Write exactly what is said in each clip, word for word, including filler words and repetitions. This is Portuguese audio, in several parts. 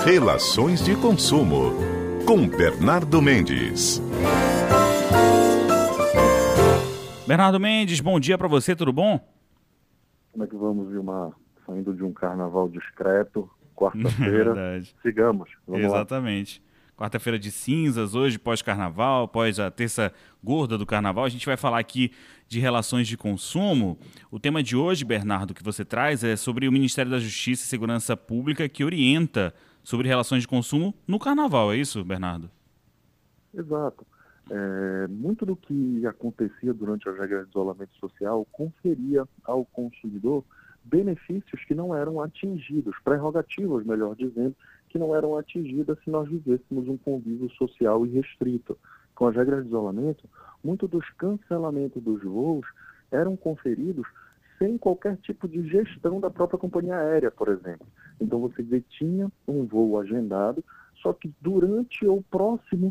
Relações de consumo, com Bernardo Mendes. Bernardo Mendes, bom dia para você, tudo bom? Como é que vamos, Vilmar? Saindo de um carnaval discreto, quarta-feira, Verdade. sigamos. Vamos Exatamente. Quarta-feira de cinzas, hoje pós-carnaval, após a terça gorda do carnaval, a gente vai falar aqui de relações de consumo. O tema de hoje, Bernardo, que você traz é sobre o Ministério da Justiça e Segurança Pública, que orienta sobre relações de consumo no carnaval, é isso, Bernardo? Exato. É, muito do que acontecia durante as regras de isolamento social conferia ao consumidor benefícios que não eram atingidos, prerrogativas, melhor dizendo, que não eram atingidas se nós vivêssemos um convívio social irrestrito. Com as regras de isolamento, muito dos cancelamentos dos voos eram conferidos sem qualquer tipo de gestão da própria companhia aérea, por exemplo. Então você detinha um voo agendado, só que durante ou próximo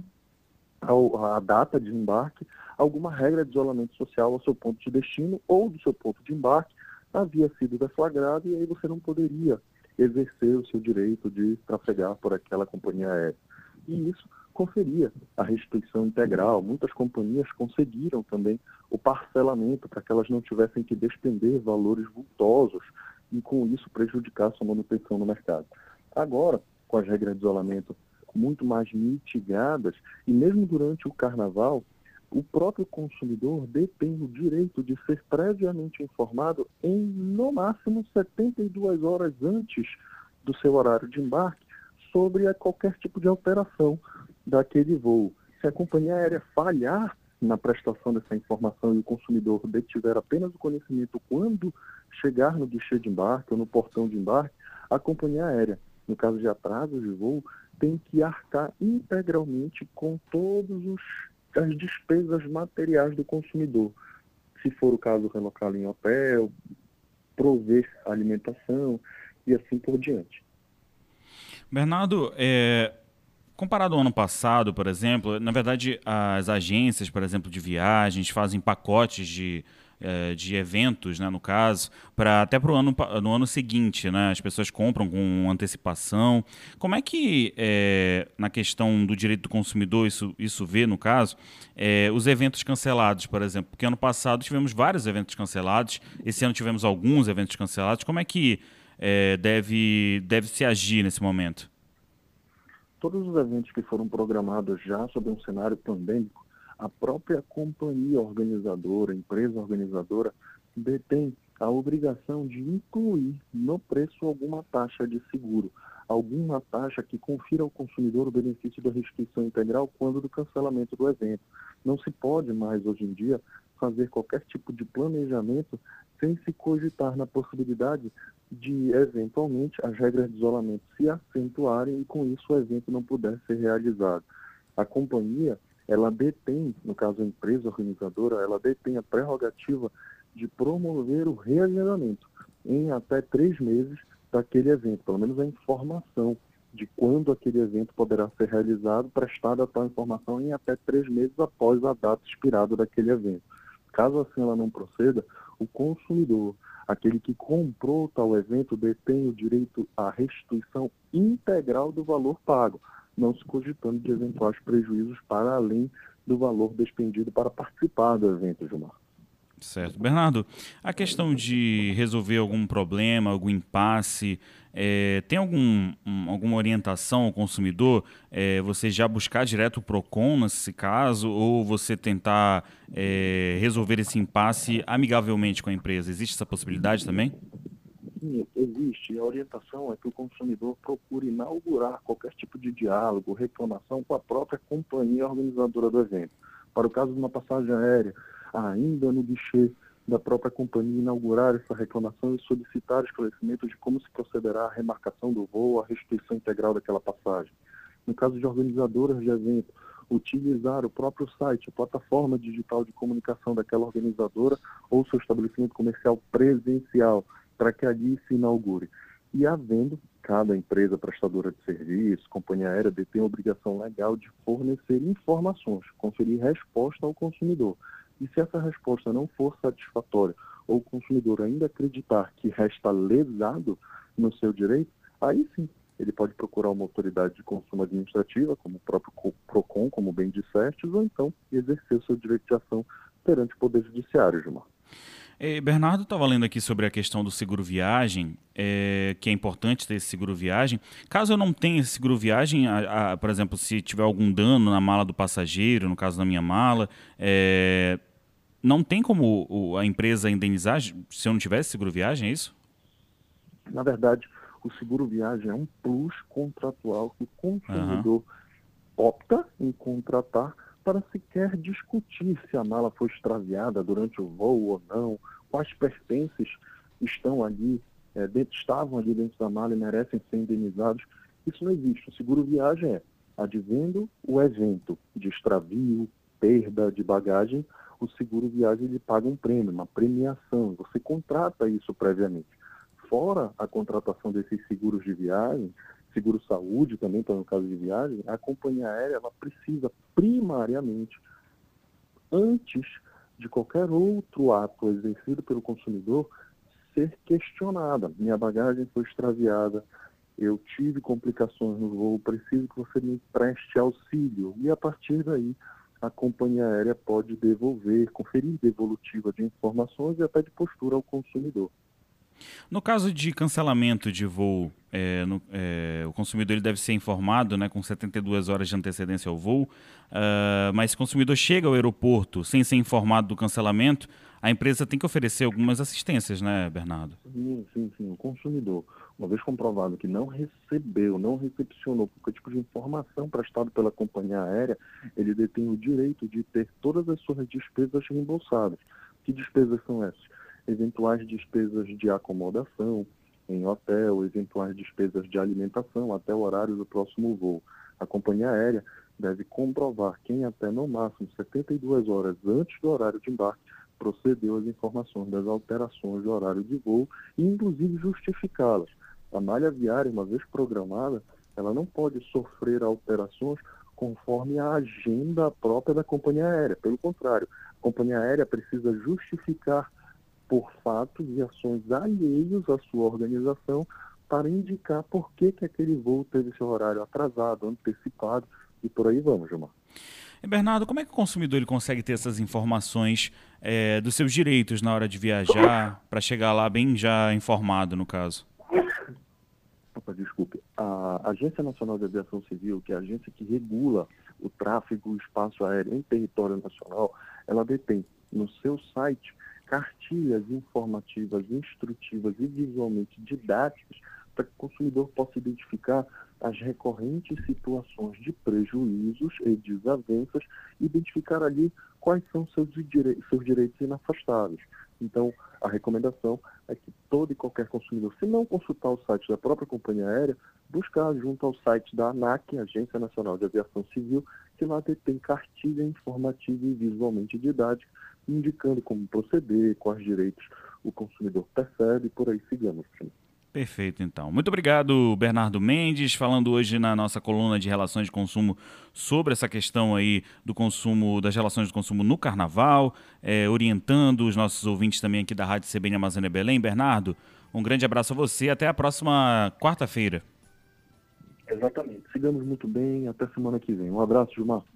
à data de embarque, alguma regra de isolamento social ao seu ponto de destino ou do seu ponto de embarque havia sido deflagrado e aí você não poderia exercer o seu direito de trafegar por aquela companhia aérea. E isso conferia a restituição integral. Muitas companhias conseguiram também o parcelamento para que elas não tivessem que despender valores vultosos e com isso prejudicar sua manutenção no mercado. Agora, com as regras de isolamento muito mais mitigadas, e mesmo durante o carnaval, o próprio consumidor detém o direito de ser previamente informado em, no máximo, setenta e duas horas antes do seu horário de embarque sobre a qualquer tipo de alteração daquele voo. Se a companhia aérea falhar na prestação dessa informação e o consumidor detiver apenas o conhecimento quando chegar no guichê de embarque ou no portão de embarque, a companhia aérea, no caso de atrasos de voo, tem que arcar integralmente com todas as despesas materiais do consumidor. Se for o caso, relocar em hotel, prover alimentação e assim por diante. Bernardo, é, comparado ao ano passado, por exemplo, na verdade as agências, por exemplo, de viagens fazem pacotes de, é, de eventos, né, no caso, pra, até para o ano, no ano seguinte, né, as pessoas compram com antecipação. Como é que, é, na questão do direito do consumidor, isso, isso vê, no caso, é, os eventos cancelados, por exemplo? Porque ano passado tivemos vários eventos cancelados, esse ano tivemos alguns eventos cancelados. Como é que é, deve, deve se agir nesse momento? Todos os eventos que foram programados já sob um cenário pandêmico, a própria companhia organizadora, empresa organizadora, detém a obrigação de incluir no preço alguma taxa de seguro, alguma taxa que confira ao consumidor o benefício da restituição integral quando do cancelamento do evento. Não se pode mais, hoje em dia, fazer qualquer tipo de planejamento sem se cogitar na possibilidade de, eventualmente, as regras de isolamento se acentuarem e, com isso, o evento não puder ser realizado. A companhia, ela detém, no caso a empresa organizadora, ela detém a prerrogativa de promover o reagendamento em até três meses daquele evento, pelo menos a informação de quando aquele evento poderá ser realizado, prestada a tal informação em até três meses após a data expirada daquele evento. Caso assim ela não proceda, o consumidor, aquele que comprou tal evento, detém o direito à restituição integral do valor pago, não se cogitando de eventuais prejuízos para além do valor despendido para participar do evento, Gilmar. Certo. Bernardo, a questão de resolver algum problema, algum impasse, é, tem algum, um, alguma orientação ao consumidor? É, você já buscar direto o PROCON nesse caso, ou você tentar é, resolver esse impasse amigavelmente com a empresa? Existe essa possibilidade também? Sim, existe. A orientação é que o consumidor procure inaugurar qualquer tipo de diálogo, reclamação com a própria companhia organizadora do evento. Para o caso de uma passagem aérea, ainda no guichê da própria companhia, inaugurar essa reclamação e solicitar esclarecimento de como se procederá a remarcação do voo, a restituição integral daquela passagem. No caso de organizadoras de evento, utilizar o próprio site, a plataforma digital de comunicação daquela organizadora ou seu estabelecimento comercial presencial, para que ali se inaugure. E havendo, cada empresa prestadora de serviço, companhia aérea, detém a obrigação legal de fornecer informações, conferir resposta ao consumidor. E se essa resposta não for satisfatória, ou o consumidor ainda acreditar que resta lesado no seu direito, aí sim ele pode procurar uma autoridade de consumo administrativa, como o próprio PROCON, como bem disseste, ou então exercer o seu direito de ação perante o Poder Judiciário, Gilmar. É, Bernardo, estava lendo aqui sobre a questão do seguro-viagem, é, que é importante ter esse seguro-viagem. Caso eu não tenha esse seguro-viagem, a, a, por exemplo, se tiver algum dano na mala do passageiro, no caso da minha mala, é, não tem como o, a empresa indenizar se eu não tivesse seguro-viagem, é isso? Na verdade, o seguro-viagem é um plus contratual que o consumidor uhum. opta em contratar para sequer discutir se a mala foi extraviada durante o voo ou não, quais pertences estão ali, é, dentro, estavam ali dentro da mala e merecem ser indenizados. Isso não existe. O seguro-viagem é, advendo o evento de extravio, perda de bagagem, o seguro-viagem ele paga um prêmio, uma premiação. Você contrata isso previamente. Fora a contratação desses seguros de viagem, seguro-saúde também, para no caso de viagem, a companhia aérea ela precisa primariamente, antes de qualquer outro ato exercido pelo consumidor, ser questionada. Minha bagagem foi extraviada, eu tive complicações no voo, preciso que você me preste auxílio. E a partir daí, a companhia aérea pode devolver, conferir devolutiva de informações e até de postura ao consumidor. No caso de cancelamento de voo, é, no, é, o consumidor ele deve ser informado, né, com setenta e duas horas de antecedência ao voo, uh, mas se o consumidor chega ao aeroporto sem ser informado do cancelamento, a empresa tem que oferecer algumas assistências, né, Bernardo? Sim, sim, sim. O consumidor, uma vez comprovado que não recebeu, não recepcionou qualquer tipo de informação prestada pela companhia aérea, ele detém o direito de ter todas as suas despesas reembolsadas. Que despesas são essas? Eventuais despesas de acomodação em hotel, eventuais despesas de alimentação até o horário do próximo voo. A companhia aérea deve comprovar que em até no máximo setenta e duas horas antes do horário de embarque procedeu às informações das alterações do horário de voo e inclusive justificá-las. A malha viária, uma vez programada, ela não pode sofrer alterações conforme a agenda própria da companhia aérea. Pelo contrário, a companhia aérea precisa justificar por fatos e ações alheios à sua organização para indicar por que, que aquele voo teve seu horário atrasado, antecipado e por aí vamos, Gilmar. E Bernardo, como é que o consumidor ele consegue ter essas informações é, dos seus direitos na hora de viajar para chegar lá bem já informado, no caso? Opa, desculpe. A Agência Nacional de Aviação Civil, que é a agência que regula o tráfego e o espaço aéreo em território nacional, ela detém no seu site cartilhas informativas, instrutivas e visualmente didáticas para que o consumidor possa identificar as recorrentes situações de prejuízos e desavenças e identificar ali quais são seus, direi- seus direitos inafastáveis. Então, a recomendação é que todo e qualquer consumidor, se não consultar o site da própria companhia aérea, buscar junto ao site da ANAC, Agência Nacional de Aviação Civil, que lá tem cartilha informativa e visualmente didática, indicando como proceder, quais direitos o consumidor percebe, e por aí sigamos. Perfeito, então. Muito obrigado, Bernardo Mendes, falando hoje na nossa coluna de relações de consumo sobre essa questão aí do consumo, das relações de consumo no Carnaval, é, orientando os nossos ouvintes também aqui da Rádio C B N Amazônia Belém. Bernardo, um grande abraço a você, até a próxima quarta-feira. Exatamente. Sigamos muito bem, até semana que vem. Um abraço, Gilmar.